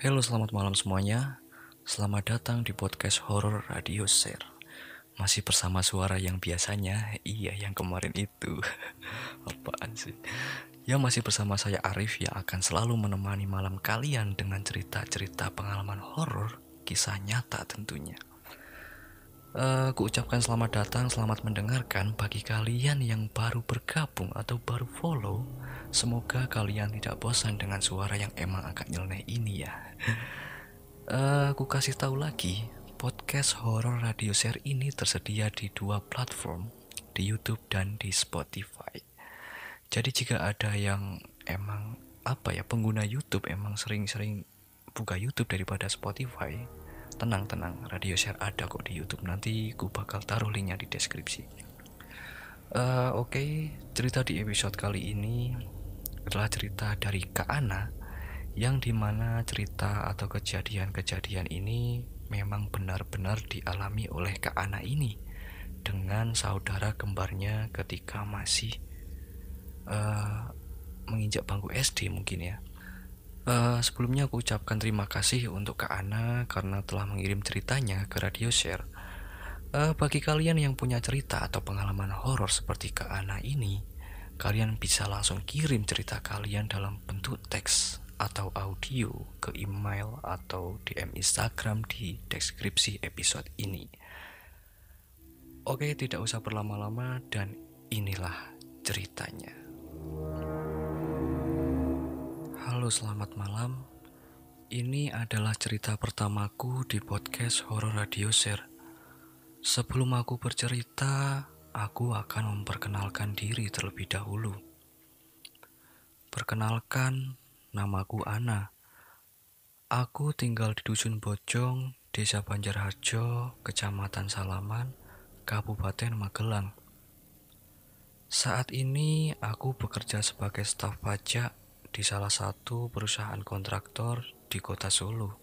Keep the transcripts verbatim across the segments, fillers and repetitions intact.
Halo, selamat malam semuanya. Selamat datang di podcast horor Radio Share. Masih bersama suara yang biasanya, iya yang kemarin itu. Apaan sih? Ya masih bersama saya Arif yang akan selalu menemani malam kalian dengan cerita-cerita pengalaman horor, kisah nyata tentunya. Uh, ku ucapkan selamat datang, selamat mendengarkan bagi kalian yang baru bergabung atau baru follow. Semoga kalian tidak bosan dengan suara yang emang agak nyeleneh ini ya. Uh, aku kasih tahu lagi, podcast horor Radio Share ini tersedia di dua platform, di YouTube dan di Spotify. Jadi jika ada yang emang apa ya pengguna YouTube emang sering-sering buka YouTube daripada Spotify, tenang-tenang, Radio Share ada kok di YouTube. Nanti aku bakal taruh linknya di deskripsi. Uh, Oke, okay. Cerita di episode kali ini adalah cerita dari Kak Ana, yang dimana cerita atau kejadian-kejadian ini memang benar-benar dialami oleh Kak Ana ini dengan saudara kembarnya ketika masih uh, menginjak bangku S D mungkin ya. Uh, sebelumnya aku ucapkan terima kasih untuk Kak Ana karena telah mengirim ceritanya ke Radio Share. Uh, bagi kalian yang punya cerita atau pengalaman horor seperti Kak Ana ini, kalian bisa langsung kirim cerita kalian dalam bentuk teks atau audio ke email atau D M Instagram di deskripsi episode ini. Oke, tidak usah berlama-lama dan inilah ceritanya. Halo, selamat malam. Ini adalah cerita pertamaku di podcast horor Radio Share. Sebelum aku bercerita, aku akan memperkenalkan diri terlebih dahulu. Perkenalkan, namaku Ana. Aku tinggal di Dusun Bojong, Desa Banjarharjo, Kecamatan Salaman, Kabupaten Magelang. Saat ini aku bekerja sebagai staf pajak di salah satu perusahaan kontraktor di kota Solo.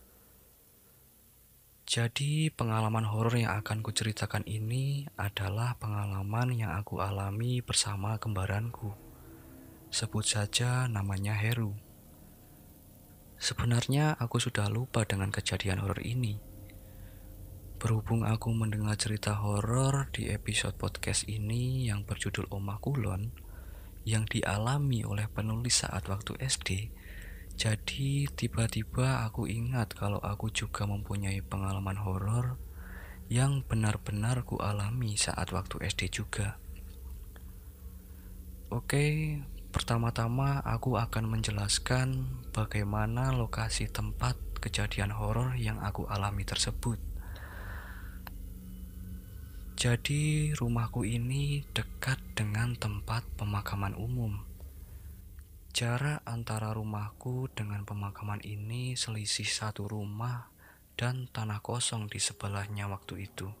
Jadi pengalaman horor yang akan kuceritakan ini adalah pengalaman yang aku alami bersama kembaranku. Sebut saja namanya Heru. Sebenarnya aku sudah lupa dengan kejadian horor ini. Berhubung aku mendengar cerita horor di episode podcast ini yang berjudul Omah Kulon yang dialami oleh penulis saat waktu S D, jadi tiba-tiba aku ingat kalau aku juga mempunyai pengalaman horor yang benar-benar ku alami saat waktu S D juga. Oke, pertama-tama aku akan menjelaskan bagaimana lokasi tempat kejadian horor yang aku alami tersebut. Jadi rumahku ini dekat dengan tempat pemakaman umum. Jarak antara rumahku dengan pemakaman ini selisih satu rumah dan tanah kosong di sebelahnya waktu itu.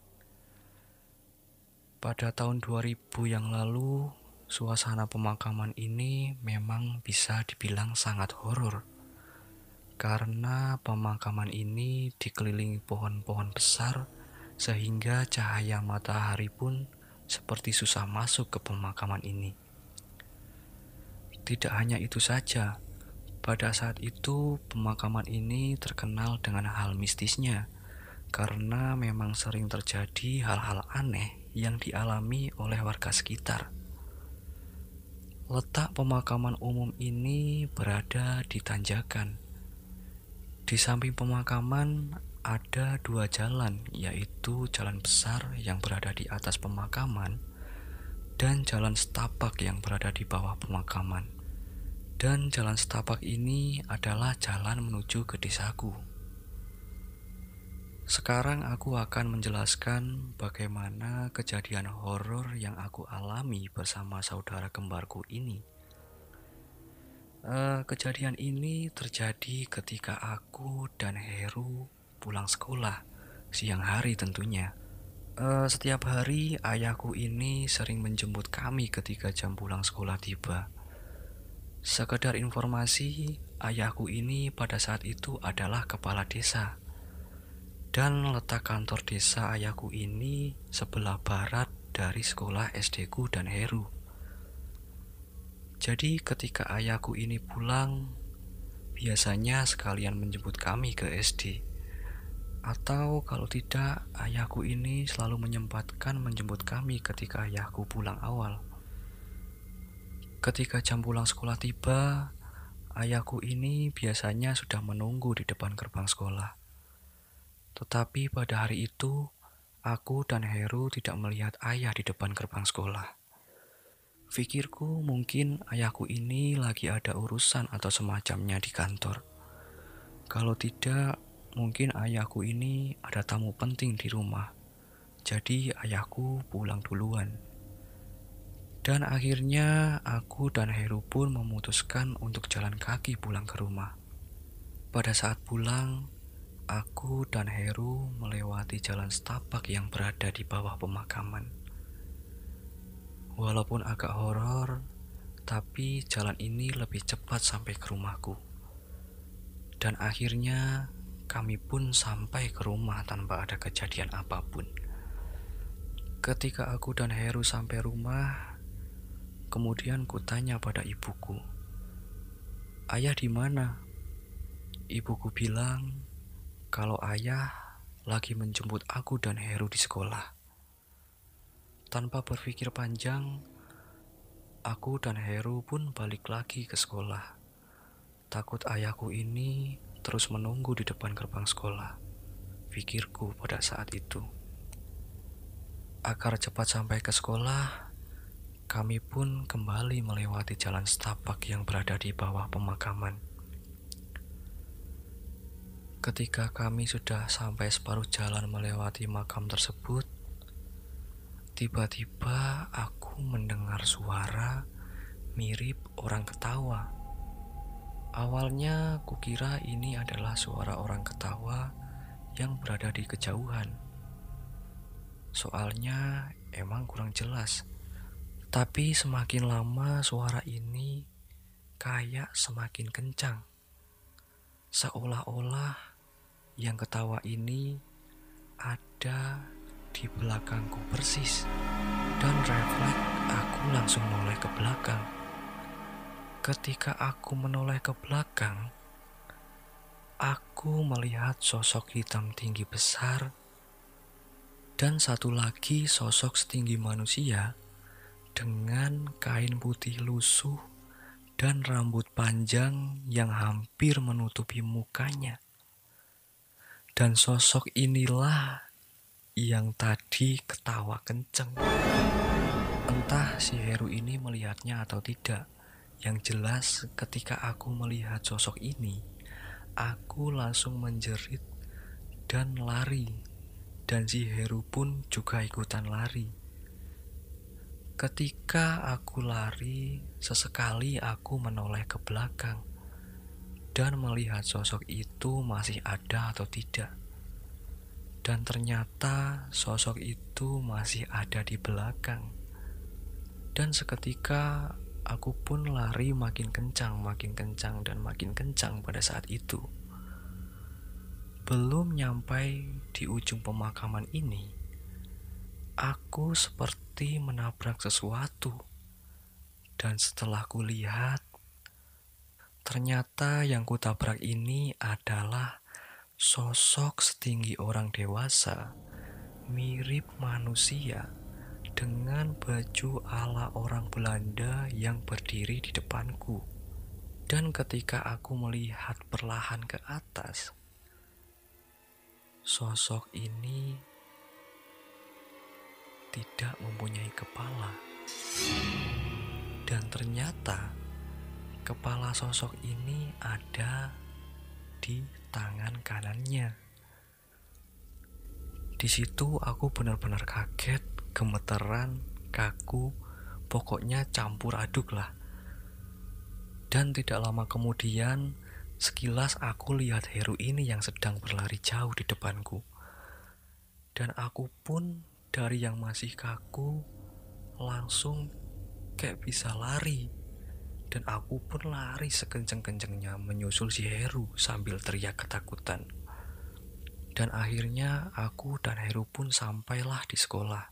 Pada tahun dua ribu yang lalu, suasana pemakaman ini memang bisa dibilang sangat horor. Karena pemakaman ini dikelilingi pohon-pohon besar, sehingga cahaya matahari pun seperti susah masuk ke pemakaman ini. Tidak hanya itu saja, pada saat itu pemakaman ini terkenal dengan hal mistisnya, karena memang sering terjadi hal-hal aneh yang dialami oleh warga sekitar. Letak pemakaman umum ini berada di tanjakan. Di samping pemakaman ada dua jalan, yaitu jalan besar yang berada di atas pemakaman dan jalan setapak yang berada di bawah pemakaman. Dan jalan setapak ini adalah jalan menuju ke desaku. Sekarang aku akan menjelaskan bagaimana kejadian horor yang aku alami bersama saudara kembarku ini. Uh, kejadian ini terjadi ketika aku dan Heru pulang sekolah, siang hari tentunya. Uh, setiap hari ayahku ini sering menjemput kami ketika jam pulang sekolah tiba. Sekedar informasi, ayahku ini pada saat itu adalah kepala desa. Dan letak kantor desa ayahku ini sebelah barat dari sekolah S D ku dan Heru. Jadi ketika ayahku ini pulang, biasanya sekalian menjemput kami ke S D. Atau kalau tidak, ayahku ini selalu menyempatkan menjemput kami ketika ayahku pulang awal. Ketika jam pulang sekolah tiba, ayahku ini biasanya sudah menunggu di depan gerbang sekolah. Tetapi pada hari itu, aku dan Heru tidak melihat ayah di depan gerbang sekolah. Pikirku mungkin ayahku ini lagi ada urusan atau semacamnya di kantor. Kalau tidak, mungkin ayahku ini ada tamu penting di rumah. Jadi ayahku pulang duluan. Dan akhirnya aku dan Heru pun memutuskan untuk jalan kaki pulang ke rumah. Pada saat pulang, aku dan Heru melewati jalan setapak yang berada di bawah pemakaman. Walaupun agak horor, tapi jalan ini lebih cepat sampai ke rumahku. Dan akhirnya kami pun sampai ke rumah tanpa ada kejadian apapun. Ketika aku dan Heru sampai rumah, kemudian kutanya pada ibuku, "Ayah di mana?" Ibuku bilang kalau ayah lagi menjemput aku dan Heru di sekolah. Tanpa berpikir panjang, aku dan Heru pun balik lagi ke sekolah. Takut ayahku ini terus menunggu di depan gerbang sekolah, pikirku pada saat itu. Agar cepat sampai ke sekolah, kami pun kembali melewati jalan setapak yang berada di bawah pemakaman. Ketika kami sudah sampai separuh jalan melewati makam tersebut, tiba-tiba aku mendengar suara mirip orang ketawa. Awalnya kukira ini adalah suara orang ketawa yang berada di kejauhan. Soalnya emang kurang jelas. Tapi semakin lama suara ini kayak semakin kencang. Seolah-olah yang ketawa ini ada di belakangku persis. Dan refleks aku langsung menoleh ke belakang. Ketika aku menoleh ke belakang, aku melihat sosok hitam tinggi besar dan satu lagi sosok setinggi manusia dengan kain putih lusuh dan rambut panjang yang hampir menutupi mukanya. Dan sosok inilah yang tadi ketawa kenceng. Entah si Heru ini melihatnya atau tidak. Yang jelas ketika aku melihat sosok ini, aku langsung menjerit dan lari. Dan si Heru pun juga ikutan lari. Ketika aku lari, sesekali aku menoleh ke belakang dan melihat sosok itu masih ada atau tidak. Dan ternyata sosok itu masih ada di belakang. Dan seketika aku pun lari makin kencang, makin kencang, dan makin kencang pada saat itu. Belum nyampai di ujung pemakaman ini, aku seperti menabrak sesuatu. Dan setelah kulihat, ternyata yang kutabrak ini adalah sosok setinggi orang dewasa, mirip manusia, dengan baju ala orang Belanda yang berdiri di depanku. Dan ketika aku melihat perlahan ke atas, sosok ini tidak mempunyai kepala. Dan ternyata kepala sosok ini ada di tangan kanannya. Di situ aku benar-benar kaget, gemeteran, kaku, pokoknya campur aduk lah. Dan tidak lama kemudian, sekilas aku lihat Heru ini yang sedang berlari jauh di depanku. Dan aku pun dari yang masih kaku, langsung kayak bisa lari. Dan aku pun lari sekenceng-kencengnya menyusul si Heru sambil teriak ketakutan. Dan akhirnya aku dan Heru pun sampailah di sekolah.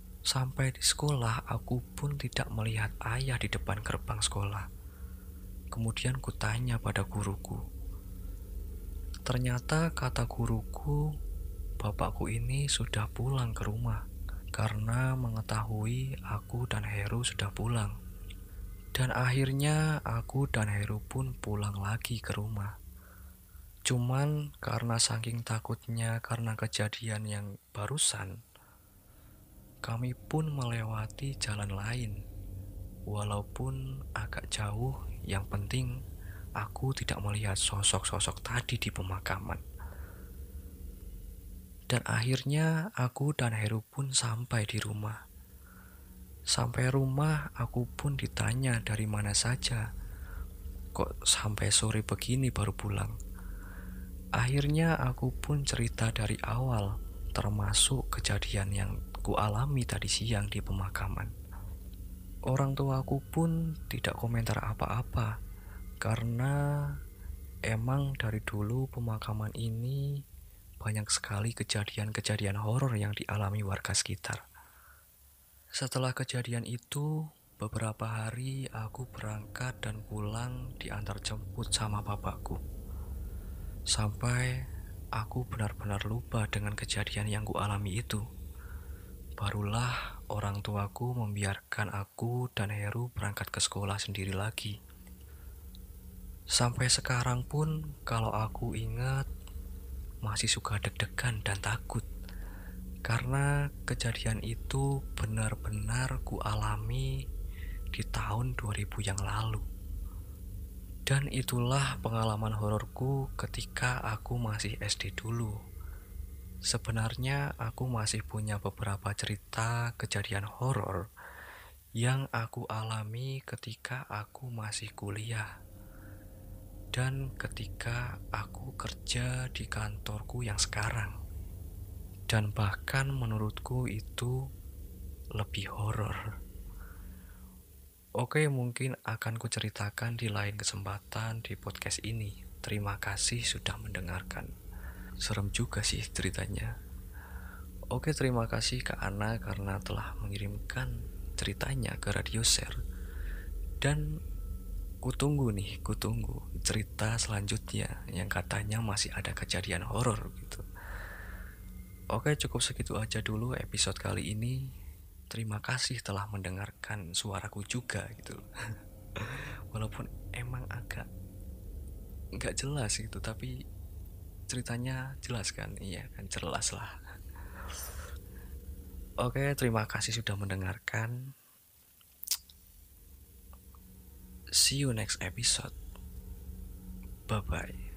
Sampai di sekolah, aku pun tidak melihat ayah di depan gerbang sekolah. Kemudian kutanya pada guruku. Ternyata kata guruku, bapakku ini sudah pulang ke rumah karena mengetahui aku dan Heru sudah pulang. Dan akhirnya aku dan Heru pun pulang lagi ke rumah. Cuman karena saking takutnya karena kejadian yang barusan, kami pun melewati jalan lain. Walaupun agak jauh, yang penting aku tidak melihat sosok-sosok tadi di pemakaman. Dan akhirnya aku dan Heru pun sampai di rumah. Sampai rumah aku pun ditanya dari mana saja. Kok sampai sore begini baru pulang? Akhirnya aku pun cerita dari awal, termasuk kejadian yang kualami tadi siang di pemakaman. Orang tuaku pun tidak komentar apa-apa, karena emang dari dulu pemakaman ini banyak sekali kejadian-kejadian horor yang dialami warga sekitar. Setelah kejadian itu, beberapa hari aku berangkat dan pulang diantar jemput sama bapakku. Sampai aku benar-benar lupa dengan kejadian yang kualami itu. Barulah orang tuaku membiarkan aku dan Heru berangkat ke sekolah sendiri lagi. Sampai sekarang pun kalau aku ingat masih suka deg-degan dan takut. Karena kejadian itu benar-benar kualami di tahun dua ribu yang lalu. Dan itulah pengalaman hororku ketika aku masih S D dulu. Sebenarnya aku masih punya beberapa cerita kejadian horor yang aku alami ketika aku masih kuliah dan ketika aku kerja di kantorku yang sekarang. Dan bahkan menurutku itu lebih horor. Oke, mungkin akan kuceritakan di lain kesempatan di podcast ini. Terima kasih sudah mendengarkan. Serem juga sih ceritanya. Oke, terima kasih Kak Ana karena telah mengirimkan ceritanya ke Radio Share. Dan kutunggu nih, kutunggu cerita selanjutnya yang katanya masih ada kejadian horor gitu. Oke, cukup segitu aja dulu episode kali ini. Terima kasih telah mendengarkan suaraku juga gitu. Walaupun emang agak nggak jelas gitu, tapi ceritanya jelas kan? Iya kan, jelas lah. Oke, terima kasih sudah mendengarkan. See you next episode. Bye bye.